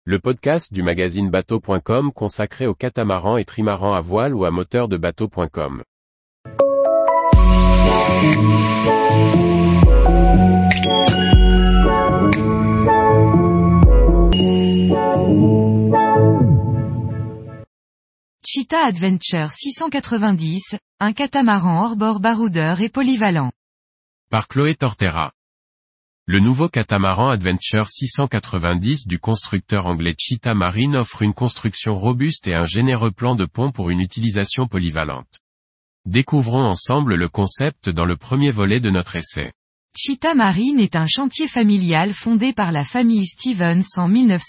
le podcast du magazine bateau.com consacré aux catamarans et trimarans à voile ou à moteur de bateau.com. Cheetah Adventure 690, un catamaran hors-bord baroudeur et polyvalent. Par Chloé Tortera. Le nouveau catamaran Adventure 690 du constructeur anglais Cheetah Marine offre une construction robuste et un généreux plan de pont pour une utilisation polyvalente. Découvrons ensemble le concept dans le premier volet de notre essai. Cheetah Marine est un chantier familial fondé par la famille Stevens en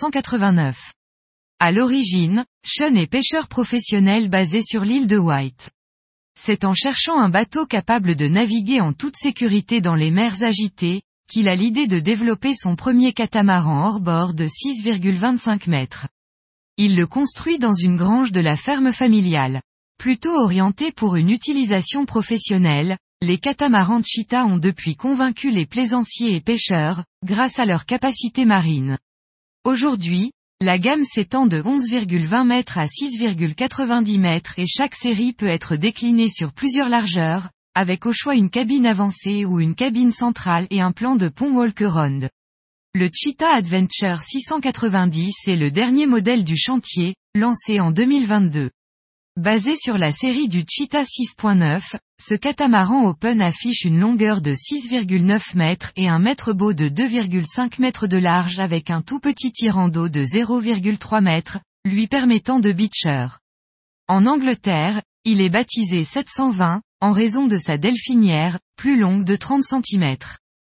1989. À l'origine, Sean est pêcheur professionnel basé sur l'île de Wight. C'est en cherchant un bateau capable de naviguer en toute sécurité dans les mers agitées, qu'il a l'idée de développer son premier catamaran hors-bord de 6,25 mètres. Il le construit dans une grange de la ferme familiale. Plutôt orienté pour une utilisation professionnelle, les catamarans Cheetah ont depuis convaincu les plaisanciers et pêcheurs, grâce à leur capacité marine. Aujourd'hui, la gamme s'étend de 11,20 mètres à 6,90 mètres et chaque série peut être déclinée sur plusieurs largeurs, avec au choix une cabine avancée ou une cabine centrale et un plan de pont walk-around. Le Cheetah Adventure 690 est le dernier modèle du chantier, lancé en 2022. Basé sur la série du Cheetah 6.9, ce catamaran open affiche une longueur de 6,9 mètres et un mètre-bau de 2,5 mètres de large avec un tout petit tirant d'eau de 0,3 mètres, lui permettant de beacher. En Angleterre, il est baptisé 720, en raison de sa delphinière, plus longue de 30 cm.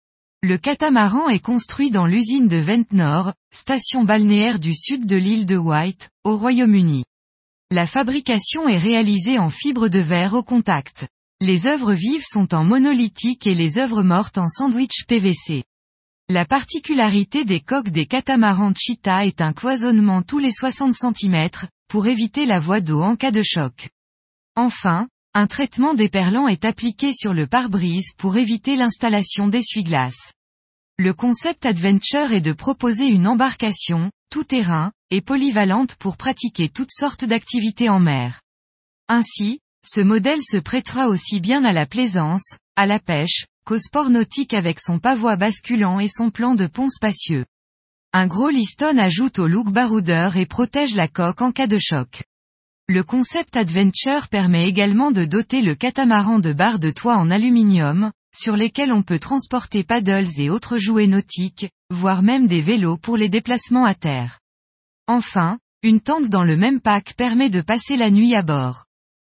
Le catamaran est construit dans l'usine de Ventnor, station balnéaire du sud de l'île de Wight, au Royaume-Uni. La fabrication est réalisée en fibre de verre au contact. Les œuvres vives sont en monolithique et les œuvres mortes en sandwich PVC. La particularité des coques des catamarans Cheetah est un cloisonnement tous les 60 cm, pour éviter la voie d'eau en cas de choc. Enfin, un traitement déperlant est appliqué sur le pare-brise pour éviter l'installation d'essuie-glace. Le concept Adventure est de proposer une embarcation, tout-terrain, et polyvalente pour pratiquer toutes sortes d'activités en mer. Ainsi, ce modèle se prêtera aussi bien à la plaisance, à la pêche, qu'au sport nautique avec son pavois basculant et son plan de pont spacieux. Un gros liston ajoute au look baroudeur et protège la coque en cas de choc. Le concept Adventure permet également de doter le catamaran de barres de toit en aluminium, sur lesquelles on peut transporter paddles et autres jouets nautiques, voire même des vélos pour les déplacements à terre. Enfin, une tente dans le même pack permet de passer la nuit à bord.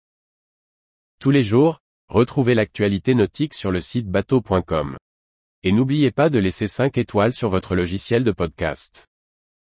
Tous les jours, retrouvez l'actualité nautique sur le site bateau.com. Et n'oubliez pas de laisser 5 étoiles sur votre logiciel de podcast.